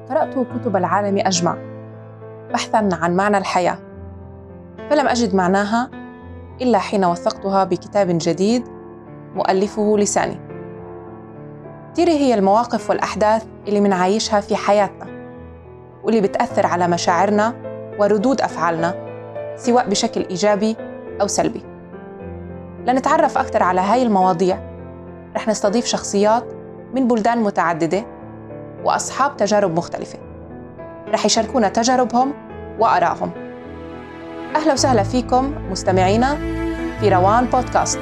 قرأت كتب العالم أجمع بحثاً عن معنى الحياة، فلم أجد معناها إلا حين وثقتها بكتاب جديد مؤلفه لساني. كتير هي المواقف والأحداث اللي منعايشها في حياتنا واللي بتأثر على مشاعرنا وردود أفعالنا، سواء بشكل إيجابي أو سلبي. لنتعرف أكثر على هاي المواضيع رح نستضيف شخصيات من بلدان متعددة وأصحاب تجارب مختلفة، رح يشاركونا تجاربهم وآرائهم. أهلا وسهلا فيكم مستمعينا في روان بودكاست.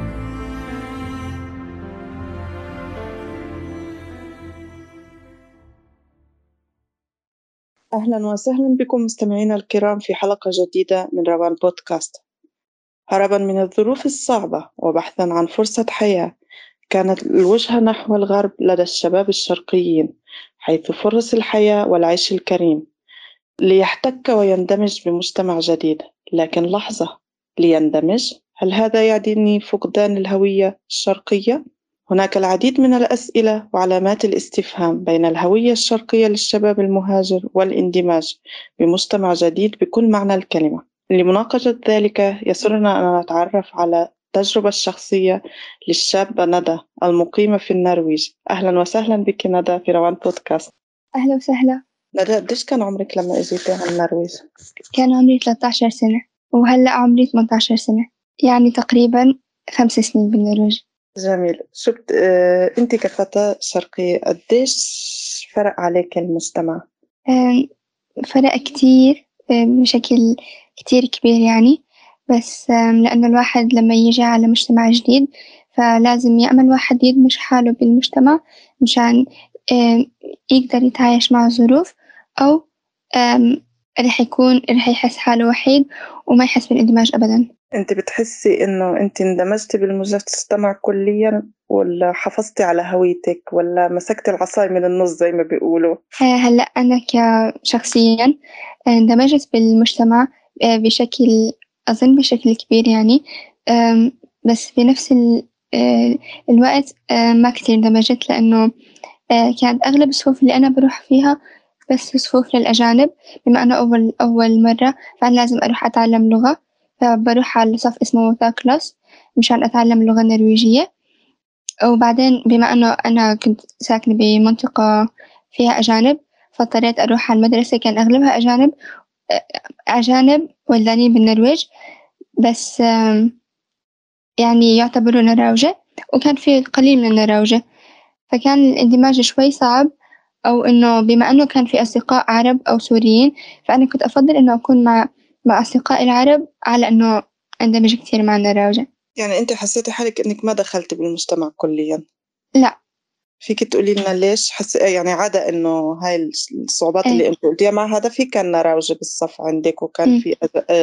أهلا وسهلا بكم مستمعينا الكرام في حلقة جديدة من روان بودكاست. هربا من الظروف الصعبة وبحثا عن فرصة حياة، كانت الوجهة نحو الغرب لدى الشباب الشرقيين، حيث فرص الحياة والعيش الكريم ليحتك ويندمج بمجتمع جديد. لكن لحظة، ليندمج؟ هل هذا يعني فقدان الهوية الشرقية؟ هناك العديد من الأسئلة وعلامات الاستفهام بين الهوية الشرقية للشباب المهاجر والاندماج بمجتمع جديد بكل معنى الكلمة. لمناقشة ذلك يسرنا أن نتعرف على التجربة الشخصية للشابة ندى المقيمة في النرويج. أهلا وسهلا بك ندى في روان بودكاست. أهلا وسهلا. ندى، قديش كان عمرك لما اجيتي على النرويج؟ كان عمري 13 سنة وهلأ عمري 18 سنة، يعني تقريبا 5 سنين بالنرويج. جميل. شو أنت كفتاة شرقية قديش فرق عليك المجتمع؟ فرق كتير، بشكل كتير كبير يعني. بس لأنه الواحد لما يجي على مجتمع جديد فلازم يأمل الواحد يدمج حاله بالمجتمع مشان يقدر يتعايش مع الظروف، أو رح يحس حاله وحيد وما يحس بالاندماج أبدا. أنت بتحسي إنه أنت اندمجتي بالمجتمع كليا، ولا حافظتي على هويتك، ولا مسكتي العصاية من النص زي ما بيقولوا؟ هلأ أنا كشخصيا اندمجت بالمجتمع أظن بشكل كبير يعني. بس في نفس الوقت ما كتير اندمجت، لأنه كانت أغلب الصفوف اللي أنا بروح فيها بس صفوف للأجانب، بما أنه أول مرة فأنا لازم أروح أتعلم لغة، فبروح على صف اسمه ووتا كلاس مشان أتعلم اللغة النرويجية. وبعدين بما أنه أنا كنت ساكنة بمنطقة فيها أجانب فاضطريت أروح على المدرسة كان أغلبها أجانب ولدانين بالنرويج، بس يعني يعتبروا نراوجة، وكان في القليل من النراوجة، فكان الاندماج شوي صعب. أو إنه بما أنه كان في أصدقاء عرب أو سوريين فأنا كنت أفضل إنه أكون مع أصدقائي العرب على إنه أندمج كتير مع النراوجة. يعني أنت حسيتي حالك إنك ما دخلتي بالمجتمع كليا؟ لا. فيك تقولي لنا ليش يعني عادة إنه هاي الصعوبات اللي أنت قلتيها مع هذا؟ في كان نراوجة بالصف عندك، وكان في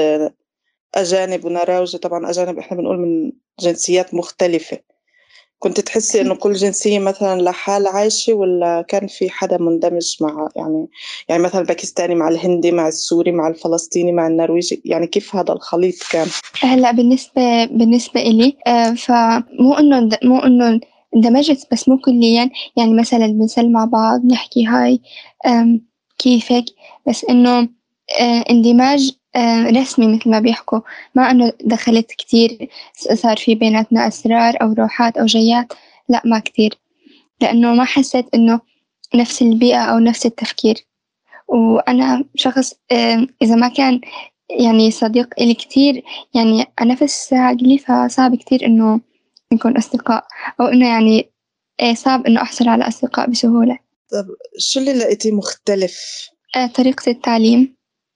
أجانب ونراوجة. طبعا أجانب إحنا بنقول من جنسيات مختلفة. كنت تحسي إنه كل جنسية مثلا لحال عايشة، ولا كان في حدا مندمج مع يعني مثلا الباكستاني مع الهندي مع السوري مع الفلسطيني مع النرويجي؟ يعني كيف هذا الخليط كان؟ هلا بالنسبة إلي فمو إنه اندمجت، بس مو كليا. يعني مثلا بنسلم مع بعض نحكي هاي كيفك، بس إنه اندماج رسمي مثل ما بيحكوا، ما إنه دخلت كتير صار في بيناتنا أسرار أو روحات أو جيات. لا، ما كتير، لأنه ما حسيت إنه نفس البيئة أو نفس التفكير. وأنا شخص إذا ما كان يعني صديق إلي كتير يعني نفس عقلي، فصعب كتير إنه نكون أصدقاء، أو إنه يعني صعب إنه أحصل على أصدقاء بسهولة. طب شو اللي لقيتيه مختلف؟ طريقة التعليم،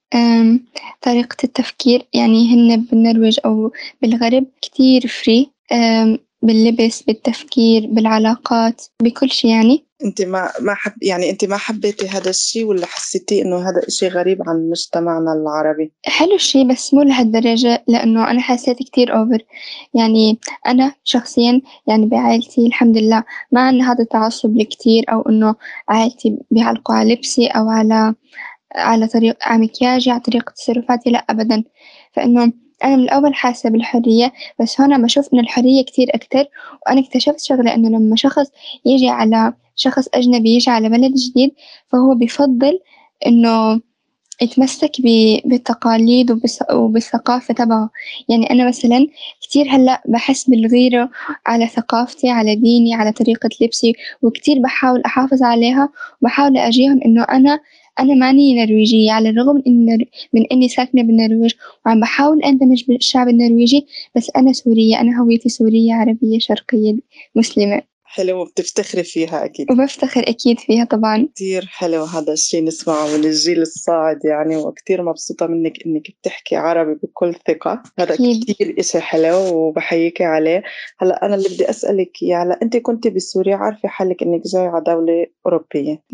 طريقة التفكير. يعني هن بالنرويج أو بالغرب كتير فري، باللبس، بالتفكير، بالعلاقات، بكل شي يعني. انت انت ما حبيتي هذا الشيء، ولا حسيتي انه هذا الشيء غريب عن مجتمعنا العربي؟ حلو الشي بس مو لهالدرجة، لأنه أنا حسيت كتير أوفر. يعني أنا شخصيا يعني بعائلتي الحمد لله ما عندنا هذا التعصب الكتير، أو إنه عائلتي بيعلقوا على لبسي أو على طريقة مكياجي، على طريقة تصرفاتي، لا أبدا. فإنه أنا من الأول حاسة بالحرية، بس هنا بشوف إن الحرية كتير أكتر. وأنا اكتشفت شغلة، إنه لما شخص يجي على شخص أجنبي يجي على بلد جديد فهو بيفضل إنه يتمسك بالتقاليد وبالثقافة تبعه. يعني أنا مثلا كتير هلأ بحس بالغيرة على ثقافتي، على ديني، على طريقة لبسي، وكتير بحاول أحافظ عليها وبحاول أجيهم إنه أنا ماني نرويجية، على الرغم من إني ساكنة بالنرويج وعم بحاول أندمج بالشعب النرويجي، بس أنا سورية، أنا هويتي سورية عربية شرقية مسلمة. حلو، وبتفتخري فيها أكيد. وبفتخر أكيد فيها طبعا. كتير حلو هذا الشيء نسمعه من الجيل الصاعد يعني، وكتير مبسوطة منك إنك بتحكي عربي بكل ثقة. هذا أكيد. كتير إشي حلو وبحييكي عليه. هلأ أنا اللي بدي أسألك إياه، أنت كنت بسوريا، عارفة حالك إنك جاي على دولة أوروبية،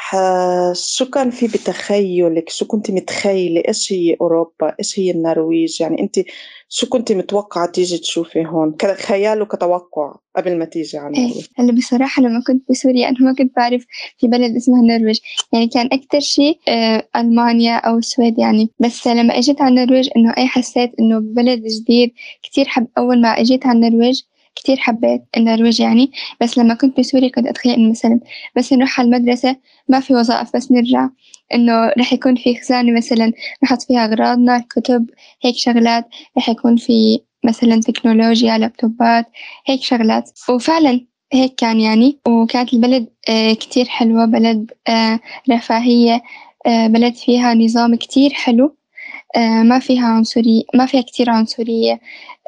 شو كان في بتخيلك؟ شو كنت متخيلة؟ إيش هي أوروبا؟ إيش هي النرويج؟ يعني أنت شو كنت متوقعة تيجي تشوفي هون كخيال وكتوقع قبل ما تيجي على النرويج؟ هلا بصراحة لما كنت بسوريا أنا ما كنت بعرف في بلد اسمها النرويج، يعني كان أكتر شيء ألمانيا أو السويد يعني. بس لما أجيت على النرويج إنه حسيت إنه بلد جديد كتير. أول ما أجيت على النرويج كتير حبيت النرويج يعني. بس لما كنت بسوريا كنت أتخيل إنه مثلا بس نروح على المدرسة ما في وظائف، بس نرجع إنه رح يكون في خزانة مثلا نحط فيها أغراضنا، كتب، هيك شغلات. رح يكون في مثلا تكنولوجيا، لابتوبات، هيك شغلات. وفعلا هيك كان يعني. وكانت البلد كتير حلوة، بلد رفاهية، بلد فيها نظام كتير حلو، ما فيها عنصرية، ما فيها كتير عنصرية.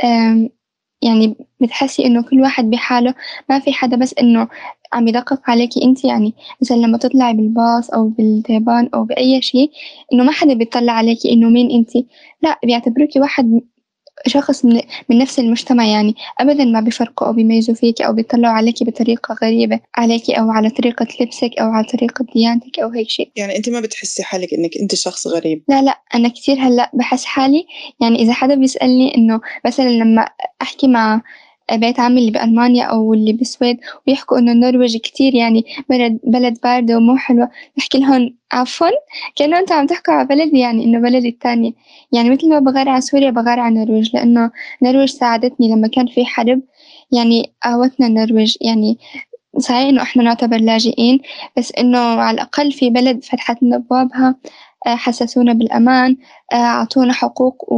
يعني بتحسي إنه كل واحد بحاله، ما في حدا بس إنه عم يدقق عليكي أنت. يعني مثلا لما تطلعي بالباص أو بالتيبان أو بأي شيء إنه ما حدا بيطلع عليكي إنه مين أنت، لا بيعتبروكي واحد شخص من نفس المجتمع. يعني أبدا ما بيفرقوا أو بيميزوا فيك أو بيطلعوا عليكي بطريقة غريبة عليكي أو على طريقة لبسك أو على طريقة ديانتك أو هيك شيء. يعني أنت ما بتحسي حالك إنك أنت شخص غريب؟ لا لا، أنا كتير هلأ بحس حالي يعني إذا حدا بيسألني إنه مثلا لما أحكي مع بيت عمي اللي بألمانيا أو اللي بالسويد ويحكوا إنه النرويج كتير يعني بلد باردة ومو حلوة، بحكي لهم عفوا كأنه أنتوا عم تحكوا على بلدي، يعني إنه بلدي التانية. يعني مثل ما بغار على سوريا بغار على النرويج، لأنه النرويج ساعدتني لما كان في حرب، يعني قاوتنا النرويج. يعني صحيح إنه إحنا نعتبر لاجئين، بس إنه على الأقل في بلد فتحت لنا أبوابها، حسسونا بالأمان، أعطونا حقوق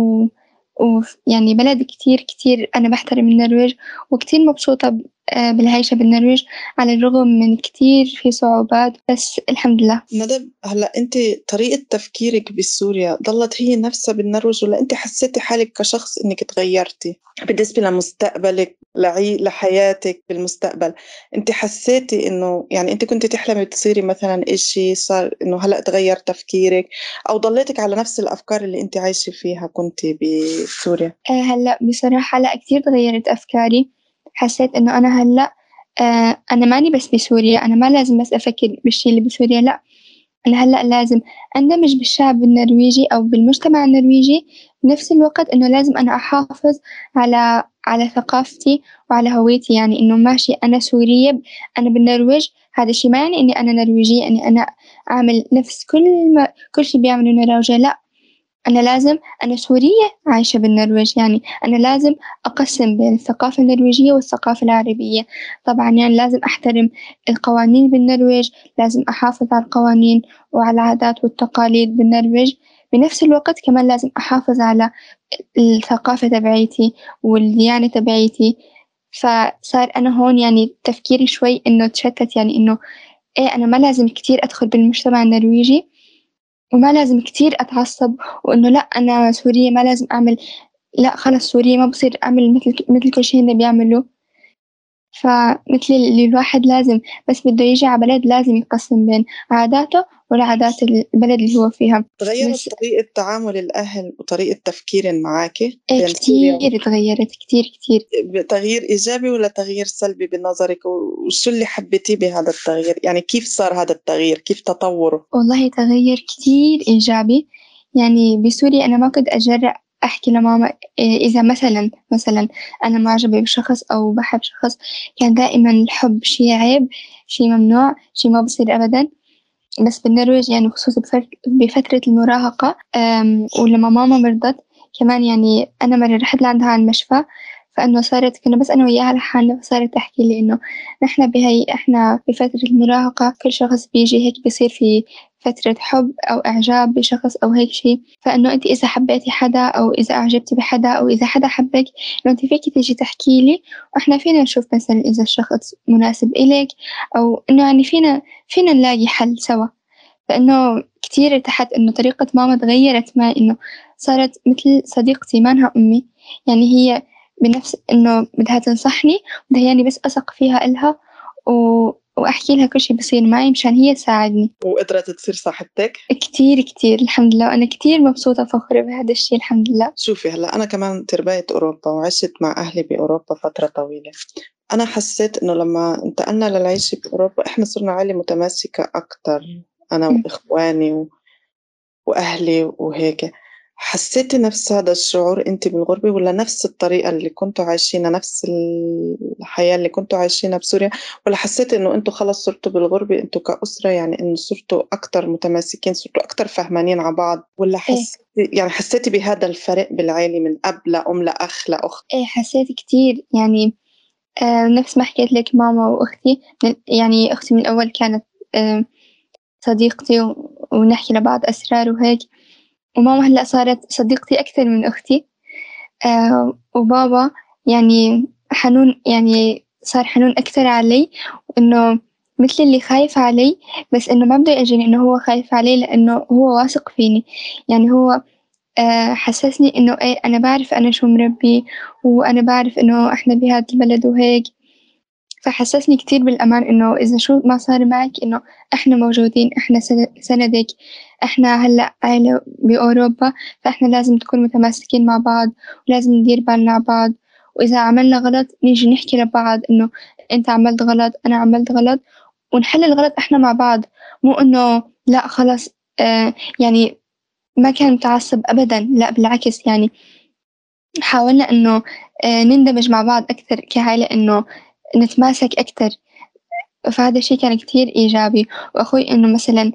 ويعني بلد كتير كتير أنا بحترم النرويج وكتير مبسوطة بالعيشة بالنرويج، على الرغم من كتير في صعوبات بس الحمد لله. ندى، هلا انت طريقة تفكيرك بسوريا ضلت هي نفسها بالنرويج، ولا انت حسيتي حالك كشخص انك تغيرتي بالنسبة لمستقبلك لحياتك بالمستقبل؟ انت حسيتي انه يعني انت كنت تحلمي تصيري مثلا اشي صار انه هلا تغير تفكيرك، او ضليتك على نفس الافكار اللي انت عايشة فيها كنت بسوريا؟ هلأ بصراحة لأ، كتير تغيرت أفكاري. حسيت إنه أنا هلأ أنا ماني بس بسوريا، أنا ما لازم بس أفكر بالشي اللي بسوريا، لأ أنا هلأ لازم أندمج بالشعب النرويجي أو بالمجتمع النرويجي، بنفس الوقت إنه لازم أنا أحافظ على ثقافتي وعلى هويتي. يعني إنه ماشي أنا سورية، أنا بالنرويج، هذا الشي ما يعني إني أنا نرويجية، إني أنا أعمل نفس كل شي بيعمله النرويج، لأ أنا لازم، أنا سورية عايشة بالنرويج، يعني أنا لازم أقسم بين الثقافة النرويجية والثقافة العربية. طبعا يعني لازم أحترم القوانين بالنرويج، لازم أحافظ على القوانين وعلى العادات والتقاليد بالنرويج. بنفس الوقت كمان لازم أحافظ على الثقافة تبعيتي والديانة تبعيتي. فصار أنا هون يعني تفكيري شوي إنه تشتت، يعني إنه إيه أنا ما لازم كتير أدخل بالمجتمع النرويجي وما لازم كتير أتعصب، وإنه لأ أنا سورية ما لازم أعمل، لأ خلص سورية ما بصير أعمل مثل كل شي هن بيعملوا. فمثل اللي الواحد لازم بس بده يجي على بلد لازم يقسم بين عاداته والعادات البلد اللي هو فيها. تغيرت بس طريقة تعامل الأهل وطريقة تفكير معاكي إيه بين سوريا؟ كتير تغيرت كتير كتير. تغيير إيجابي ولا تغيير سلبي بنظرك؟ وشو اللي حبيتيه بهذا التغيير؟ يعني كيف صار هذا التغيير؟ كيف تطوره؟ والله تغير كتير إيجابي. يعني بسوريا أنا ما كنت أجرأ أحكي لماما إذا مثلا أنا معجبة بشخص أو بحب شخص، كان دائما الحب شي عيب، شي ممنوع، شي ما بصير أبدا. بس بالنرويج يعني خصوصا بفترة المراهقة، ولما ماما مرضت كمان، يعني أنا مرة رحت لعندها على المشفى، فإنه كنا بس أنا وياها لحالنا، فصارت تحكي لي إنه إحنا بفترة المراهقة كل شخص بيجي هيك بيصير في فترة حب أو إعجاب بشخص أو هيك شي، فإنه أنتِ إذا حبيتي حدا أو إذا أعجبتِ بحدا أو إذا حدا حبِّك إنه أنتِ فيكِ تيجي تحكي لي وإحنا فينا نشوف مثلًا إذا الشخص مناسب إلِك أو إنه يعني فينا نلاقي حل سوا. فإنه كتير ارتحت إنه طريقة ماما اتغيّرت معي، إنه صارت مثل صديقتي مانها أمي، يعني هي بنفس إنه بدها تنصحني، بدها ياني بس أثق فيها إلها وأحكي لها كل شي بصير معي مشان هي تساعدني. وقدرت تصير صاحبتك؟ كتير كتير الحمد لله، وأنا كتير مبسوطة وفخورة بهذا الشي الحمد لله. شوفي هلأ أنا كمان تربيت أوروبا وعشت مع أهلي بأوروبا فترة طويلة. أنا حسيت إنه لما انتقلنا للعيش بأوروبا إحنا صرنا عائلة متماسكة أكتر، أنا إمم. وإخواني وأهلي وهيك. حسيتي نفس هذا الشعور أنتِ بالغربة والّا نفس الطريقة اللي كنتم عايشينها، نفس الحياة اللي كنتم عايشينها بسوريا، والّا حسيتي إنه أنتم خلص صرتوا بالغربة أنتم كأسرة يعني إنه صرتوا أكتر متماسكين، صرتوا أكتر فهمانين على بعض، والّا إيه. حسيتي بهذا الفرق بالعيلة من أب لأم لأخ لأخت؟ إيه حسيت كتير يعني نفس ما حكيت لِك ماما وأختي يعني أختي من الأول كانت آآ صديقتي ونحكي لبعض أسرار وهيك، وماما هلأ صارت صديقتي أكتر من أختي. وبابا يعني حنون، يعني صار حنون أكتر علي، وإنه مثل اللي خايف علي، بس إنه ما بده يأذيني إنه هو خايف علي لإنه هو واثق فيني، يعني هو حسسني إنه إيه أنا باعرف أنا شو مربيه، وأنا باعرف إنه إحنا بهاد البلد وهيك. فحسسني كتير بالأمان إنه إذا شو ما صار معك إنه إحنا موجودين، إحنا سندِك، إحنا هلأ عيلة بأوروبا، فإحنا لازم نكون متماسكين مع بعض، ولازم ندير بالنا على بعض، وإذا عملنا غلط نيجي نحكي لبعض إنه أنت عملت غلط، أنا عملت غلط، ونحل الغلط إحنا مع بعض، مو إنه لأ خلاص يعني ما كان متعصب أبدًا، لأ بالعكس يعني حاولنا إنه نندمج مع بعض أكتر كعيلة، إنه نتماسك أكتر. فهذا الشي كان كتير إيجابي. وأخوي إنه مثلًا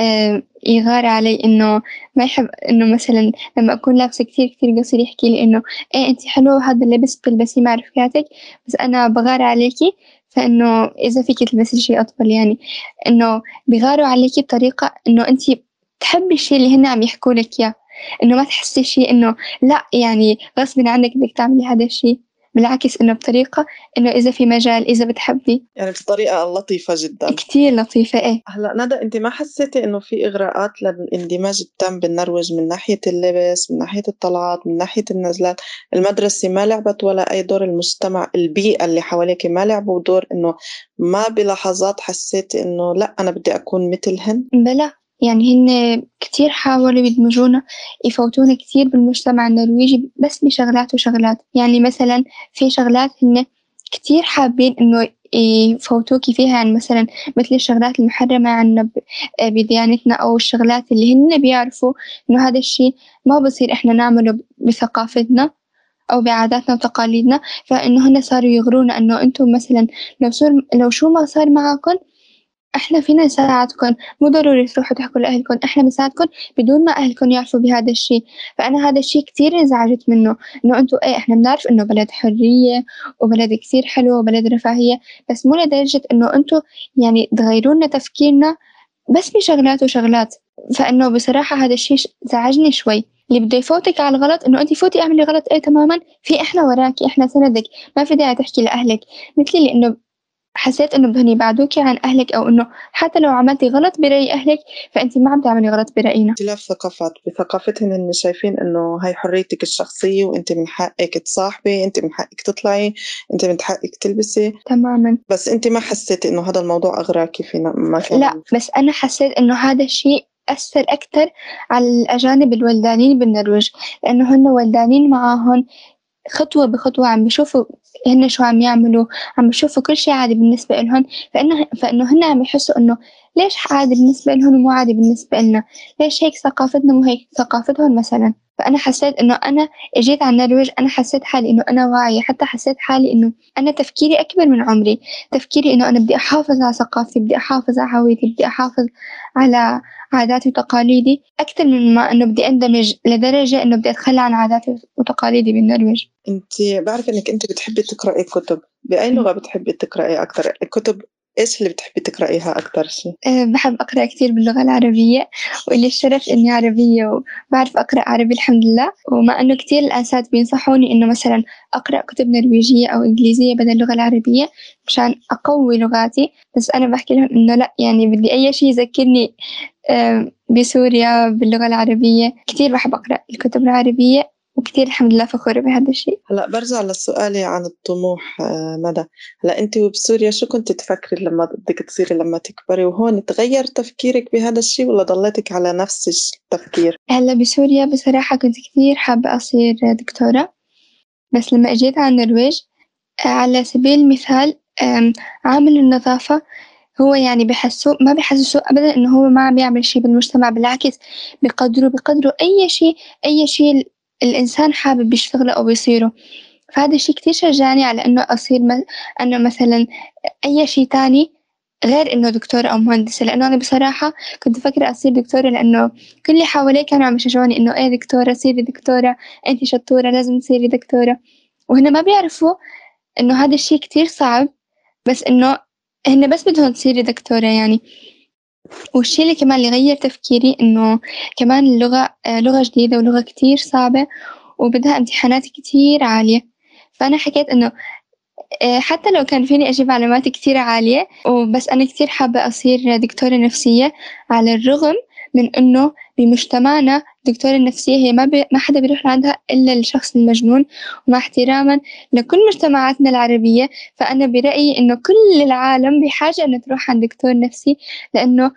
يغار علي إنه ما يحب إنه مثلًا لمّا أكون لابسة كتير قصير يحكي لي إنه إيه أنتِ حلوة هذا اللبس بتلبسيه مع رفيقاتِك، بس أنا باغار عليكِ، فإنه إذا فيكِ تلبسي شي أطول يعني، إنه بيغاروا عليكِ بطريقة إنه أنتِ تحبي الشي اللي هن عم يحكوا لِك إياه، إنه ما تحسي شي إنه لأ يعني غصبٍ عنِك بدِك تعملي هذا الشي، بالعكس إنه بطريقة إنه إذا في مجال، إذا بتحبي. يعني بطريقة لطيفة جدًا. كتير لطيفة إيه. هلأ ندى أنتِ ما حسيتِ إنه في إغراءات للاندماج التام بالنرويج من ناحية اللبس، من ناحية الطلعات، من ناحية النزلات، المدرسة ما لعبت ولا أي دور، المجتمع، البيئة اللي حواليكِ ما لعبوا دور إنه ما بلحظات حسيتِ إنه لأ أنا بدي أكون متلهن؟ بلى، يعني هن كتير حاولوا يدمجونا، يفوتونا كتير بالمجتمع النرويجي بس بشغلات وشغلات، يعني مثلًا في شغلات هن كتير حابين إنه يفوتوكِ فيها، يعني مثلًا مثل الشغلات المحرمة عنا بديانتنا أو الشغلات اللي هن بيعرفوا إنه هذا الشي ما بصير إحنا نعمله بثقافتنا أو بعاداتنا وتقاليدنا، فإنه هن صاروا يغرونا إنه أنتم مثلًا لو شو ما صار معكن إحنا فينا نساعدكن، مو ضروري تروحوا تحكوا لأهلكن، إحنا بنساعدكن بدون ما أهلكن يعرفوا بهذا الشي. فأنا هذا الشي كتير انزعجت منه، إنه أنتم إيه إحنا بنعرف إنه بلد حرية وبلد كتير حلو وبلد رفاهية، بس مو لدرجة إنه أنتم يعني تغيروا لنا تفكيرنا بس بشغلات وشغلات. فإنه بصراحة هذا الشي زعجني شوي، اللي بده يفوتِك على الغلط إنه أنتِ فوتي اعملي غلط إيه تمامًا، في إحنا وراكِ، إحنا سندِك، ما في داعي تحكي لأهلِك، مثلي لإنه حسيت إنه بدهم يبعدوكِ عن أهلِك، أو إنه حتى لو عملتِ غلط برأي أهلِك فأنتِ ما عم تعملي غلط برأينا. اختلاف ثقافات، بثقافتهن هن شايفين إنه هاي حريتِك الشخصية وأنتِ من حقِك تصاحبي، أنتِ من حقِك تطلعي، أنتِ من حقِك تلبسي، تمامًا. بس أنتِ ما حسيتِ إنه هذا الموضوع أغراكِ في لأ، مثلًا؟ بس أنا حسيت إنه هذا الشيء أثّر أكتر على الأجانب الولدانين بالنرويج، لإنه هن ولدانين معاهن خطوة بخطوة، عم بيشوفوا هن شو عم يعملوا، عم بيشوفوا كل شي عادي بالنسبة إلهن، فإنه هن عم يحسوا إنه ليش عادي بالنسبة إلهن ومو عادي بالنسبة إلنا، ليش هيك ثقافتنا مو هيك ثقافتهن مثلًا. فأنا حسيت إنه أنا إجيت على النرويج، أنا حسيت حالي إنه أنا واعية، حتى حسيت حالي إنه أنا تفكيري أكبر من عمري، تفكيري إنه أنا بدي أحافظ على ثقافتي، بدي أحافظ على هويتي، بدي أحافظ على عاداتي وتقاليدي أكتر من ما إنه بدي أندمج لدرجة إنه بدي أتخلى عن عاداتي وتقاليدي بالنرويج. أنت بعرف إنك أنت بتحبي تقرأي كتب، بأي لغة بتحبي تقرأي أكتر الكتب؟ إيش اللي بتحبي تقرأيها أكتر شيء؟ بحب أقرأ كتير باللغة العربية، وإلي الشرف إني عربية وبعرف أقرأ عربي الحمد لله. ومع إنه كتير الأساتذة بينصحوني إنه مثلا أقرأ كتب نرويجية أو إنجليزية بدل اللغة العربية مشان أقوي لغاتي، بس أنا بحكي لهم إنه لأ، يعني بدي أي شيء يذكرني بسوريا باللغة العربية. كتير بحب أقرأ الكتب العربية وكتير الحمد لله فخورة بهذا الشيء. هلا برجع لسؤالي عن الطموح ندى. هلا أنت وبسوريا شو كنت تفكري لما بدك تصيري لما تكبري، وهون تغير تفكيرك بهذا الشيء ولا ضليتك على نفس التفكير؟ هلا بسوريا بصراحة كنت كتير حابة أصير دكتورة، بس لما أجيت على النرويج على سبيل المثال عامل النظافة هو يعني ما بيحسسوه أبدا إنه هو ما عم يعمل شي بالمجتمع، بالعكس بقدروا أي شي الإنسان حابب يشتغله أو يصيره. فهذا الشي كتير شجعني على إنه أصير أنه مثلا أي شي تاني غير إنه دكتورة أو مهندسة، لأنه أنا بصراحة كنت فكرة أصير دكتورة لأنه كل اللي حوالي كانوا عم يشجعوني إنه إيه دكتورة، صيري دكتورة، أنتي شطورة لازم تصيري دكتورة. وهنا ما بيعرفوا إنه هذا الشي كتير صعب، بس إنه هن بس بدهم تصيري دكتورة يعني. والشي اللي كمان اللي غير تفكيري إنه كمان اللغة لغة جديدة ولغة كتير صعبة وبدها امتحانات كتير عالية. فأنا حكيت إنه حتى لو كان فيني أجيب علامات كتير عالية بس أنا كتير حابة أصير دكتورة نفسية، على الرغم من إنه بمجتمعنا الدكتورة النفسية هي ما حدا بيروح عندها إلا الشخص المجنون، ومع احتراما لكل مجتمعاتنا العربية فأنا برأيي إنه كل العالم بحاجة إنه تروح عند دكتور نفسي، لأنه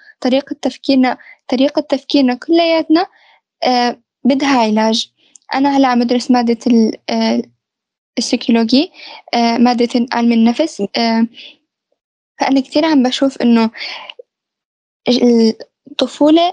طريقة تفكيرنا كلياتنا بدها علاج. أنا هلا عم بدرس مادة السيكولوجي، مادة علم النفس. فأنا كتير عم بشوف إنه الطفولة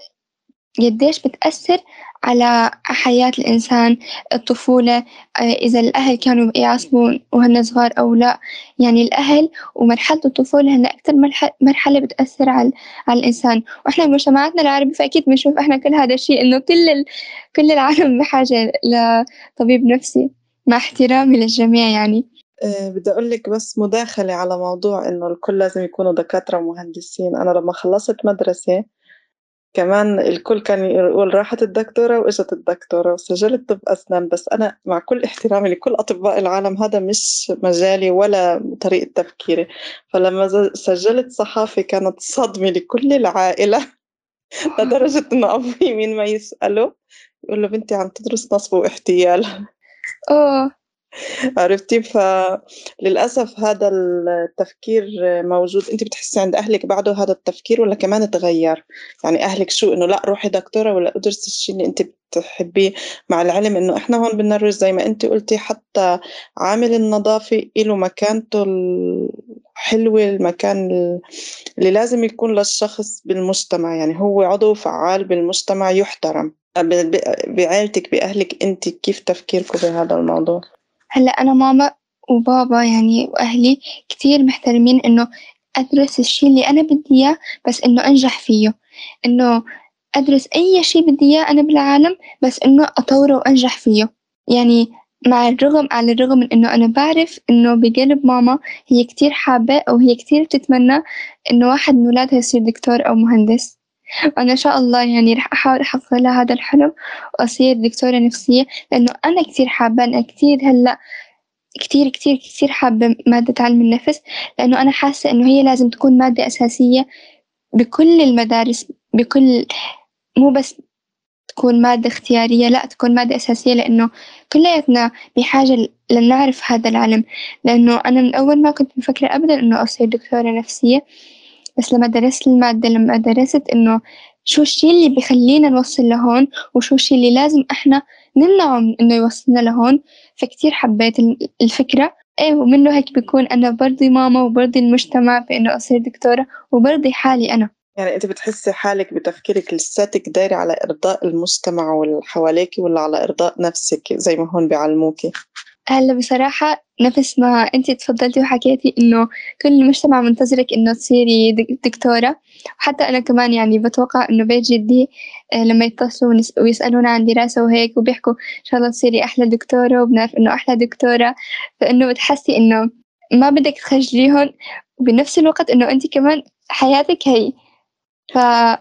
قديش بتأثر على حياة الإنسان. الطفولة إذا الأهل كانوا يعصبون وهن صغار أو لا، يعني الأهل ومرحلة الطفولة هن أكتر مرحلة بتأثر على الإنسان. وإحنا بمجتمعاتنا العربي فأكيد بنشوف إحنا كل هذا الشيء إنه كل العالم بحاجة لطبيب نفسي، مع احترامي للجميع يعني. بدي أقول لك بس مداخلة على موضوع إنه الكل لازم يكونوا دكاترة ومهندسين. أنا لما خلصت مدرسة كمان الكل كان يقول راحت الدكتورة وإجت الدكتورة وسجلت طب أسنان، بس أنا مع كل احترامي لكل أطباء العالم هذا مش مجالي ولا طريقة تفكيري. فلما سجلت صحافة كانت صدمة لكل العائلة لدرجة إنه أبوي مين ما يسأله يقول له بنتي عم تدرس نصب واحتيال. أوه. عرفتي؟ فللأسف هذا التفكير موجود. أنت بتحسي عند أهلك بعده هذا التفكير ولا كمان تغير؟ يعني أهلك شو إنه لا روحي دكتورة ولا ادرسي الشيء اللي أنت بتحبيه، مع العلم إنه إحنا هون بالنرويج زي ما أنت قلتي حتى عامل النظافة له مكانته الحلوة، المكان اللي لازم يكون للشخص بالمجتمع، يعني هو عضو فعال بالمجتمع يحترم. بعائلتك بأهلك أنت كيف تفكيركم بهذا الموضوع؟ هلا أنا ماما وبابا يعني وأهلي كتير محترمين إنه أدرس الشي اللي أنا بدي إياه، بس إنه أنجح فيه، إنه أدرس أي شي بدي إياه أنا بالعالم بس إنه أطوره وأنجح فيه. يعني على الرغم من إنه أنا بعرف إنه بقلب ماما هي كتير حابة أو هي كتير بتتمنى إنه واحد من ولادها يصير دكتور أو مهندس، وأنا إن شاء الله يعني رح أحاول أحقق لها هذا الحلم وأصير دكتورة نفسية، لأنه أنا كتير حابة. أنا كتير هلأ كتير كتير كتير حابة مادة علم النفس، لأنه أنا حاسة إنه هي لازم تكون مادة أساسية بكل المدارس، مو بس تكون مادة اختيارية، لأ تكون مادة أساسية، لأنه كلياتنا بحاجة لنعرف هذا العلم. لأنه أنا من أول ما كنت مفكرة أبدا إنه أصير دكتورة نفسية، بس لما درست المادة لما درست إنه شو الشي اللي بيخلينا نوصل لهون وشو الشي اللي لازم إحنا نمنعه من إنه يوصلنا لهون، فكتير حبيت الفكرة. إيه، ومنه هيك بكون أنا برضي ماما وبرضي المجتمع بإنه أصير دكتورة وبرضي حالي أنا. يعني أنت بتحسي حالك بتفكيرك لساتك دايرة على إرضاء المجتمع واللي حواليك ولا على إرضاء نفسك زي ما هون بيعلموكي؟ هلا بصراحة نفس ما أنتِ اتفضلتِ وحكيتِ إنه كل المجتمع منتظرِك إنه تصيري دكتورة، وحتى أنا كمان يعني باتوقع إنه بيت جدي لمّا يتصلوا ويسألونا عن دراسة وهيك وبيحكوا إن شاء الله تصيري أحلى دكتورة وبنعرف إنه أحلى دكتورة، فإنه بتحسّي إنه ما بدِك تخجليهم، وبنفس الوقت إنه أنتِ كمان حياتِك هي، ف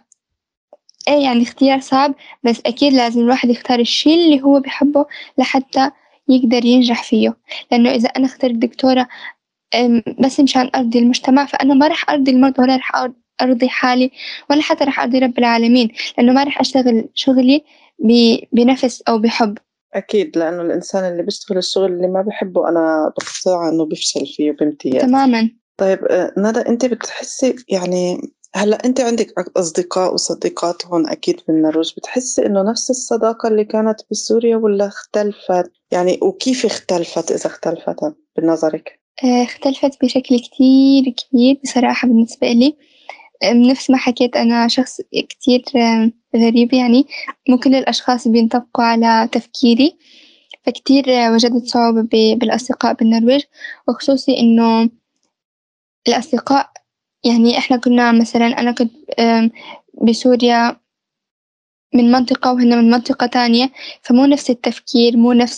إيه يعني اختيار صعب، بس أكيد لازم الواحد يختار الشي اللي هو بيحبه لحتى يقدر ينجح فيه، لإنه إذا أنا اخترت دكتورة بس مشان أرضي المجتمع، فأنا ما راح أرضي المرضى ولا راح أرضي حالي ولا حتى راح أرضي رب العالمين، لإنه ما راح أشتغل شغلي بنفس أو بحب. أكيد لأنه الإنسان اللي بيشتغل الشغل اللي ما بحبه أنا بقتنع إنه بيفشل فيه بامتياز. تمامًا. طيب ندى أنت بتحسي يعني هلأ أنت عندك أصدقاء وصديقات هون أكيد بالنرويج، بتحسي إنه نفس الصداقة اللي كانت بسوريا ولا اختلفت؟ يعني وكيف اختلفت إذا اختلفت بنظرك؟ اختلفت بشكل كتير كبير بصراحة بالنسبة إلي. نفس ما حكيت أنا شخص كتير غريب يعني، مو كل الأشخاص بينطبقوا على تفكيري، فكتير وجدت صعوبة بالأصدقاء بالنرويج، وخصوصي إنه الأصدقاء يعني إحنا كنا مثلًا أنا كنت بسوريا من منطقة وهن من منطقة تانية، فمو نفس التفكير،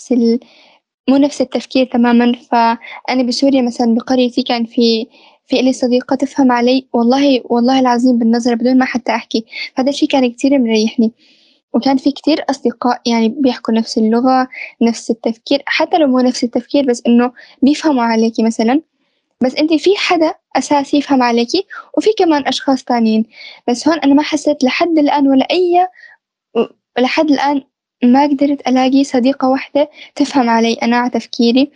مو نفس التفكير تمامًا، فأنا بسوريا مثلًا بقريتي كان في إلي صديقة تفهم علي والله العظيم بالنظرة بدون ما حتى أحكي، فهذا الشي كان كتير مريحني، وكان في كتير أصدقاء يعني بيحكوا نفس اللغة، نفس التفكير، حتى لو مو نفس التفكير بس إنه بيفهموا عليكِ مثلًا، بس أنتِ في حدا أساسي يفهم عليكِ، وفي كمان أشخاص تانيين، بس هون أنا ما حسيت لحد الآن ولا أي و ولحد الآن ما قدرت ألاقي صديقة واحدة تفهم علي أنا على تفكيري،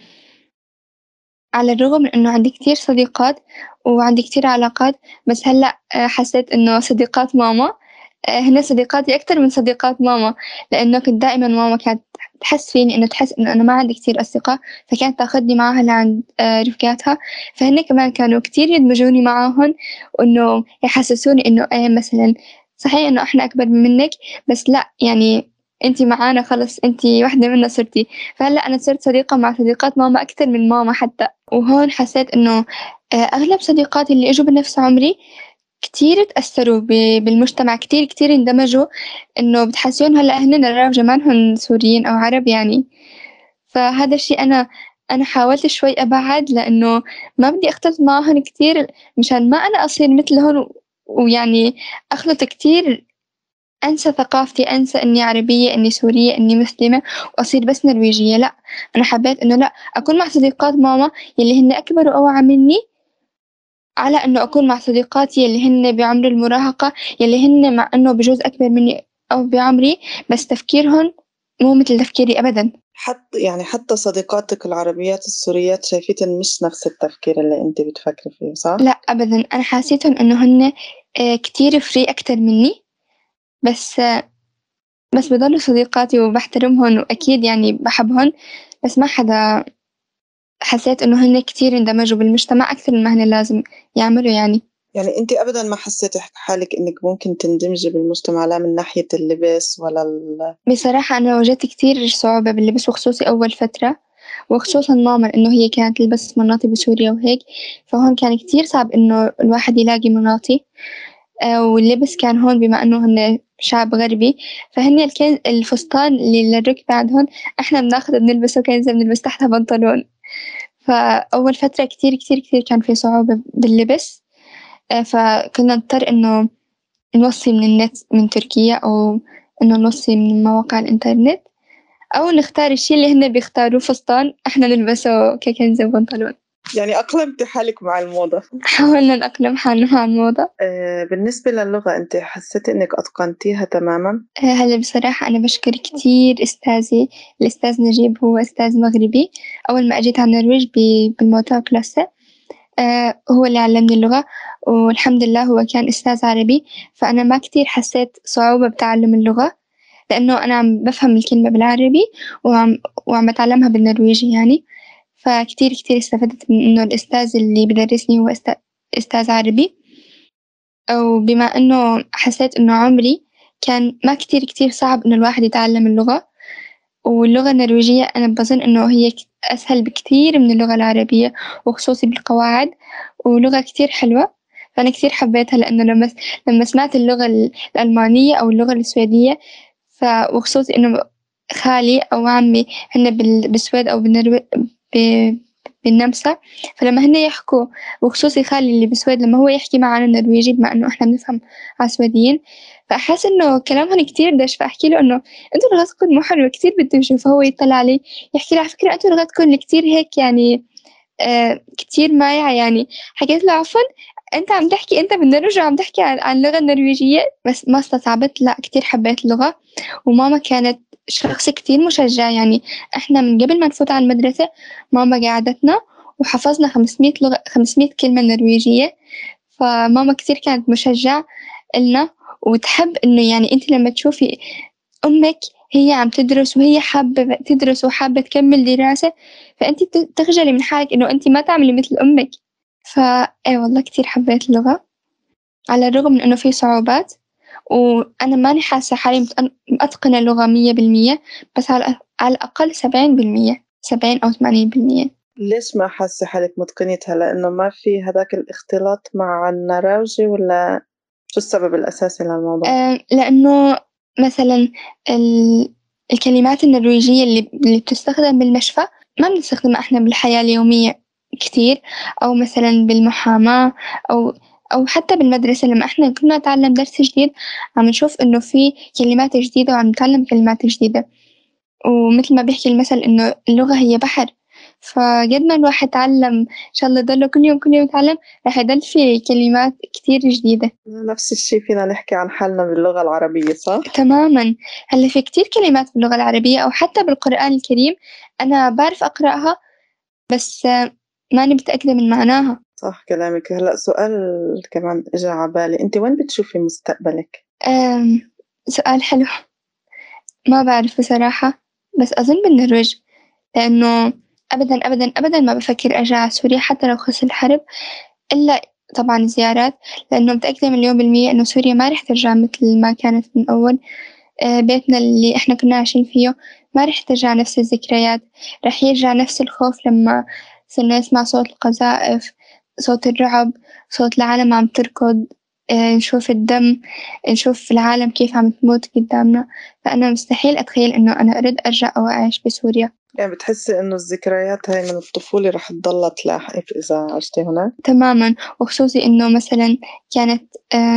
على الرغم من إنه عندي كتير صديقات وعندي كتير علاقات، بس هلأ حسيت إنه صديقات ماما هن صديقاتي أكتر من صديقات ماما، لإنه كنت دائمًا ماما كانت تحس فيني إنه تحس إنه أنا ما عندي كتير أصدقاء، فكانت تاخدني معاها لعند رفقاتها، فهن كمان كانوا كتير يدمجوني معاهن، وإنه يحسسوني إنه إيه مثلًا صحيح إنه إحنا أكبر منِك بس لأ يعني أنتِ معانا خلص أنتِ واحدة منا صرتِ، فهلأ أنا صرت صديقة مع صديقات ماما أكتر من ماما حتى، وهون حسيت إنه أغلب صديقاتي اللي إجوا بنفس عمري كتير اتأثّروا بالمجتمع، كتير اندمجوا، إنه بتحسّيهم هلأ هنّن الرجال جمانهن سوريين أو عرب يعني، فهذا الشي أنا حاولت شوي أبعّد لإنه ما بدي أختلط معاهن كتير مشان ما أنا أصير متلهن ويعني أخلط كتير أنسى ثقافتي، أنسى إنّي عربية، إنّي سورية، إنّي مسلمة وأصير بس نرويجية، لأ، أنا حبّيت إنه لأ، أكون مع صديقات ماما يلّي هن أكبر وأوعى منّي على إنه أكون مع صديقاتي اللي هن بعمر المراهقة، يلّي هن مع إنه بجوز أكبر منّي أو بعمري، بس تفكيرهن مو متل تفكيري أبدًا. يعني حتى صديقاتك العربيات السوريات شايفتن مش نفس التفكير اللي أنت بتفكري فيه صح؟ لأ أبدًا، أنا حاسّيتهم إنه هن كتير free أكتر منّي، بس بس بيضلوا صديقاتي وباحترمهن وأكيد يعني باحبهن، بس ما حدا حسيت إنه هن كتير اندمجوا بالمجتمع أكتر من ما هن لازم يعملوا يعني. يعني أنتِ أبدًا ما حسّيتِ حالِك إنِّك ممكن تندمجي بالمجتمع لا من ناحية اللبس ولا بصراحة أنا واجهت كتير صعوبة باللبس وخصوصي أول فترة، وخصوصًا ماما لإنه هي كانت تلبس مناطي بسوريا وهيك، فهون كان كتير صعب إنه الواحد يلاقي مناطي، واللبس كان هون بما إنه هن شعب غربي، فهن الفستان اللي للركبة عندهن إحنا بناخده بنلبسه كنزة بنلبس تحتها بنطلون، فأول فترة كتير كان في صعوبة باللبس، فكنا نضطر إنه نوصّي من النت من تركيا أو إنه نوصّي من مواقع الإنترنت. أو نختار الشي اللي هن بيختاروه فستان إحنا نلبسه ككنزة وبنطلون، يعني أقلمتِ حالِك مع الموضة. حاولنا نأقلم حالنا مع الموضة. بالنسبة للغة أنتِ حسّيتِ إنِّك أتقنتيها تمامًا؟ هلّأ بصراحة أنا باشكر كتير أستاذي الأستاذ نجيب هو أستاذ مغربي، أول ما أجيت على النرويج بالموتور كلاسة هو اللي علّمني اللغة، والحمد لله هو كان أستاذ عربي، فأنا ما كتير حسيت صعوبة بتعلُّم اللغة، لإنه أنا عم بافهم الكلمة بالعربي وعم باتعلّمها بالنرويجي يعني. فكتير استفدت من إنه الأستاذ اللي بيدرسني هو أستاذ عربي، أو بما إنه حسيت إنه عمري كان ما كتير صعب إنه الواحد يتعلم اللغة، واللغة النرويجية أنا بظن إنه هي أسهل بكتير من اللغة العربية وخصوصي بالقواعد، ولغة كتير حلوة. فأنا كتير حبيتها لأنه لما سمعت اللغة الألمانية أو اللغة السويدية وخصوصي إنه خالي أو عمي هن بالسويد أو بالنمسا، فلما هن يحكوا وخصوصي خالي اللي بالسويد لما هو يحكي معنا النرويجي بما إنه إحنا بنفهم عسوديين، فأحس إنه كلامهم كتير دش، فأحكي له إنه أنتوا لغتكم مو حلوة كتير بتدوشوا، فهو يطلع علي يحكي لي على فكرة أنتوا لغتكم كتير هيك يعني كتير مايعة يعني. حكيت له عفوا أنت عم تحكي أنت بالنرويج وعم تحكي عن اللغة النرويجية، بس ما استصعبت، لأ كتير حبيت اللغة. وماما كانت شخص كتير مشجع، يعني إحنا من قبل ما نفوت على المدرسة ماما قعدتنا وحفظنا 500 كلمة نرويجية. فماما كتير كانت مشجع إلنا، وتحب إنه يعني أنتِ لمّا تشوفي أمِك هي عم تدرس وهي حابة تدرس وحابة تكمّل دراسة، فأنتِ تخجلي من حالِك إنه أنتِ ما تعملي مثل أمِك. إيه والله كتير حبيت اللغة، على الرغم من إنه في صعوبات، وأنا ماني حاسة حالي متقنة اللغة 100%، بس على الأقل 70%، 70 أو 80%. ليش ما حاسة حالك متقنتها؟ لأنه ما في هذاك الاختلاط مع النراوجي، ولا شو السبب الأساسي للموضوع؟ لإنه مثلًا الكلمات النرويجية اللي بتستخدم بالمشفى ما بنستخدمها إحنا بالحياة اليومية كتير، أو مثلًا بالمحاماة أو حتى بالمدرسة لمّا إحنا كنا نتعلم درس جديد عم نشوف إنه في كلمات جديدة وعم نتعلم كلمات جديدة. ومثل ما بيحكي المثل إنه اللغة هي بحر، فقد ما الواحد اتعلم إن شاء الله يضل كل يوم يتعلم راح يضل في كلمات كتير جديدة. نفس الشي فينا نحكي عن حالنا باللغة العربية، صح؟ تمامًا، هلّأ في كتير كلمات باللغة العربية أو حتى بالقرآن الكريم أنا باعرف أقرأها بس ماني متأكدة من معناها. صح كلامك. هلأ سؤال كمان إجا على بالي، أنتِ وين بتشوفي مستقبلك؟ سؤال حلو، ما باعرف بصراحة، بس أظن بالنرويج، لإنه أبدًا ما بافكر أرجع على سوريا حتى لو خلص الحرب، إلا طبعًا زيارات، لإنه متأكدة مليون بالمِيّة إنه سوريا ما رح ترجع متل ما كانت من أول. بيتنا اللي إحنا كنا عايشين فيه ما رح ترجع نفس الذكريات، رح يرجع نفس الخوف لمّا صرنا نسمع صوت القذائف، صوت الرعب، صوت العالم عم تركض، نشوف الدم، نشوف العالم كيف عم تموت قدامنا. فأنا مستحيل أتخيل إنه أنا أريد أرجع أو أعيش بسوريا. يعني بتحسي إنه الذكريات هاي من الطفولة رح تضلها تلاحقك إذا عشتي هناك؟ تمامًا، وخصوصي إنه مثلًا كانت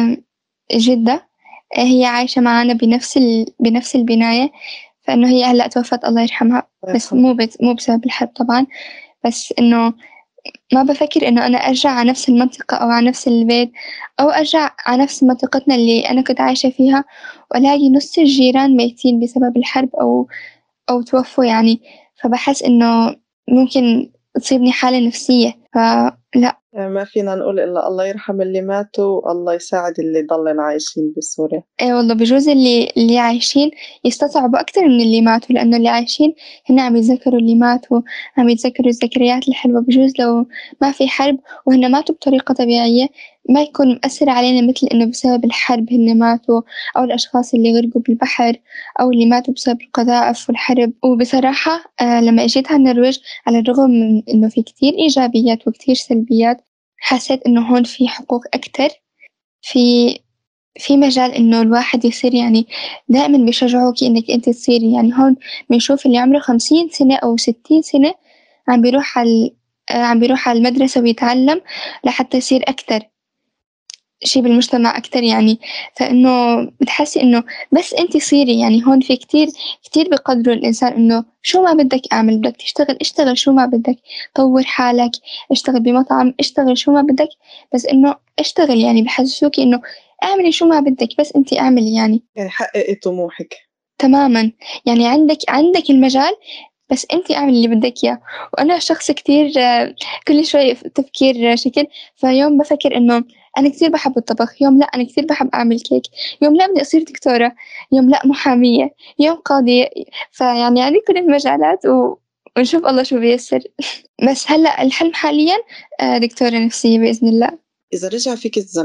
جدة هي عايشة معانا بنفس البناية، فإنه هي هلأ توفت الله يرحمها، الله بس يرحمها. مو بسبب الحرب طبعًا، بس إنه ما بافكر إنه أنا أرجع على نفس المنطقة أو على نفس البيت أو أرجع على نفس منطقتنا اللي أنا كنت عايشة فيها وألاقي نُص الجيران ميتين بسبب الحرب أو توفوا يعني، فباحس إنه ممكن تصيبني حالة نفسية، فلأ. يعني ما فينا نقول إلا الله يرحم اللي ماتوا والله يساعد اللي ضلن عايشين بسوريا. إيه والله بجوز اللي عايشين يستصعبوا أكتر من اللي ماتوا، لإنه اللي عايشين هن عم يتذكروا اللي ماتوا، عم يتذكروا الذكريات الحلوة، بجوز لو ما في حرب وهن ماتوا بطريقة طبيعية ما يكون مأثر علينا مثل إنه بسبب الحرب هن ماتوا، أو الأشخاص اللي غرقوا بالبحر، أو اللي ماتوا بسبب القذائف والحرب. وبصراحة لما إجيت على النرويج على الرغم من إنه في كتير إيجابيات وكتير سلبيات، حسيت إنه هون في حقوق أكتر، في في مجال إنه الواحد يصير يعني دائمًا بيشجعوكِ إنِّك أنتِ تصيري، يعني هون بنشوف اللي عمره 50 سنة أو 60 سنة عم بيروح عم بيروح على المدرسة ويتعلم لحتى يصير أكتر شي بالمجتمع أكتر يعني. فإنه بتحسّي إنه بس أنتِ صيري، يعني هون في كتير بيقدروا الإنسان إنه شو ما بدك اعمل، بدك تشتغل اشتغل شو ما بدك، طوّر حالك، اشتغل بمطعم، اشتغل شو ما بدك، بس إنه اشتغل يعني بيحسسوكِ إنه اعملي شو ما بدك بس أنتِ اعملي يعني. يعني حققي طموحك. تمامًا، يعني عندِك المجال بس أنتِ اعملي اللي بدِك إياه. وأنا شخص كتير كل شوي تفكير شكل، فيوم بافكر إنه أنا كتير باحب الطبخ، يوم لأ أنا كتير باحب أعمل كيك، يوم لأ بدي أصير دكتورة، يوم لأ محامية، يوم قاضية، فيعني عندي كل المجالات ونشوف الله شو بييسر. بس هلأ الحلم حاليًا دكتورة نفسية بإذن الله. إذا رجع فيك الزمن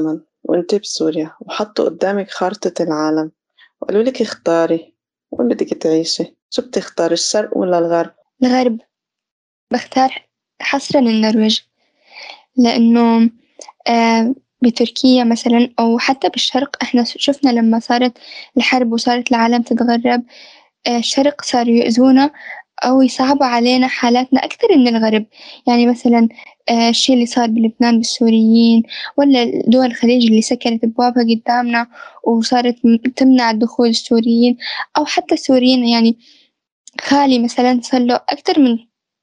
وانت بسوريا وحطوا قدامك خارطة العالم وقالوا لك اختاري وين بدك تعيشي، شو بتختاري، الشرق ولا الغرب؟ الغرب. بختار حصرا النرويج، لأنه بتركيا مثلا أو حتى بالشرق إحنا شفنا لما صارت الحرب وصارت العالم تتغرب، الشرق صاروا يؤذونا أو يصعبوا علينا حالاتنا أكتر من الغرب. يعني مثلا الشي اللي صار بلبنان بالسوريين، ولا دول الخليج اللي سكرت أبوابها قدامنا وصارت تمنع دخول السوريين، أو حتى السوريين. يعني خالي مثلا صار له أكتر من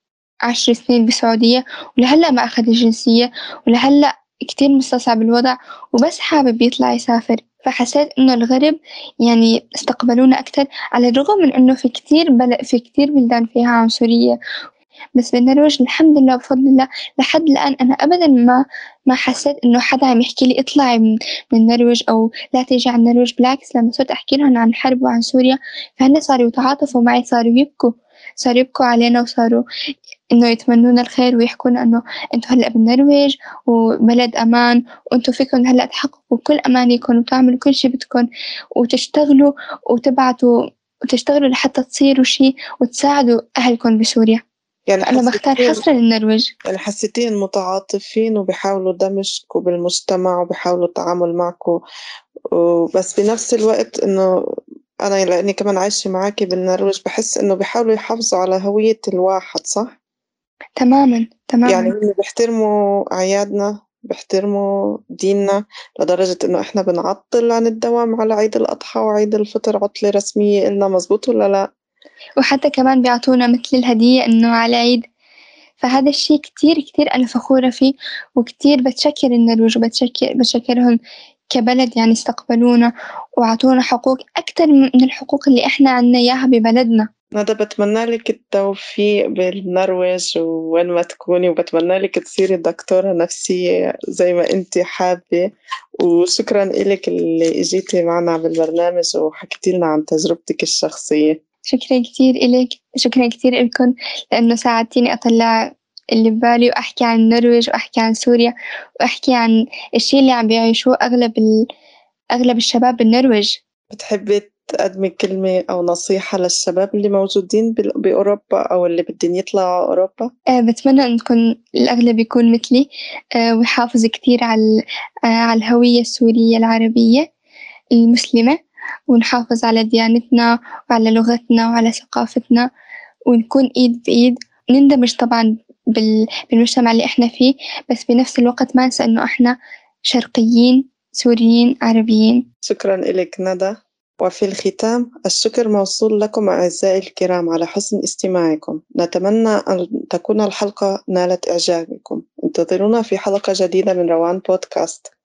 10 سنين بالسعودية ولهلأ ما أخد الجنسية، ولهلأ كتير مستصعب الوضع وبس حابب يطلع يسافر. فحسيت إنه الغرب يعني استقبلونا أكتر، على الرغم من إنه في كتير بلدان فيها عنصرية، بس بالنرويج الحمد لله بفضل الله لحد الآن أنا أبدا ما حسيت إنه حدا عم يحكي لي اطلعي من النرويج أو لا تيجي على النرويج. بالعكس، لما صرت أحكي لهم عن الحرب وعن سوريا فهن صاروا يتعاطفوا معي، صاروا يبكوا علينا، وصاروا إنه يتمنونا الخير ويحكونا إنه أنتوا هلأ بالنرويج وبلد أمان، وأنتوا فيكم هلأ تحققوا كل أمانيكم وتعملوا كل شي بدكم وتشتغلوا وتشتغلوا لحتى تصيروا شي وتساعدوا أهلكم بسوريا. يعني فأنا بختار حصرا النرويج. يعني حسيتين متعاطفين وبيحاولوا دمجكوا بالمجتمع وبيحاولوا التعامل معكوا، وبس بنفس الوقت إنه أنا لأني كمان عايشة معاكي بالنرويج بحس إنه بيحاولوا يحافظوا على هوية الواحد، صح؟ تماما يعني تماما. هم بيحترموا أعيادنا، بيحترموا ديننا، لدرجة إنه إحنا بنعطل عن الدوام على عيد الأضحى وعيد الفطر عطلة رسمية إلنا، مزبوط ولا لا؟ وحتى كمان بيعطونا مثل الهدية إنه على العيد. فهذا الشي كتير كتير أنا فخورة فيه، وكتير بتشكر النرويج بتشكرهم كبلد، يعني استقبلونا وعطونا حقوق أكتر من الحقوق اللي إحنا عنا إياها ببلدنا. ندى بتمنى لك التوفيق بالنرويج وين ما تكوني، وبتمنى لك تصيري دكتورة نفسية زي ما أنت حابة، وشكرا إلك اللي إجيتي معنا بالبرنامج وحكيتي لنا عن تجربتك الشخصية. شكرا كتير إلك، شكرا كتير إلكم، لأنه ساعدتيني أطلع اللي ببالي وأحكي عن النرويج وأحكي عن سوريا وأحكي عن الشي اللي عم بيعيشوه أغلب الشباب بالنرويج. بتحبي تقدمي كلمة أو نصيحة للشباب اللي موجودين بأوروبا أو اللي بدهم يطلعوا أوروبا؟ بتمنى أن الأغلب يكون مثلي، ويحافظ كتير على الهوية السورية العربية المسلمة، ونحافظ على ديانتنا وعلى لغتنا وعلى ثقافتنا، ونكون إيد بإيد، نندمج طبعا بالمجتمع اللي إحنا فيه، بس بنفس الوقت ما ننسى إنه إحنا شرقيين سوريين عربيين. شكرا لك ندى. وفي الختام الشكر موصول لكم أعزائي الكرام على حسن استماعكم، نتمنى أن تكون الحلقة نالت إعجابكم. انتظرونا في حلقة جديدة من روان بودكاست.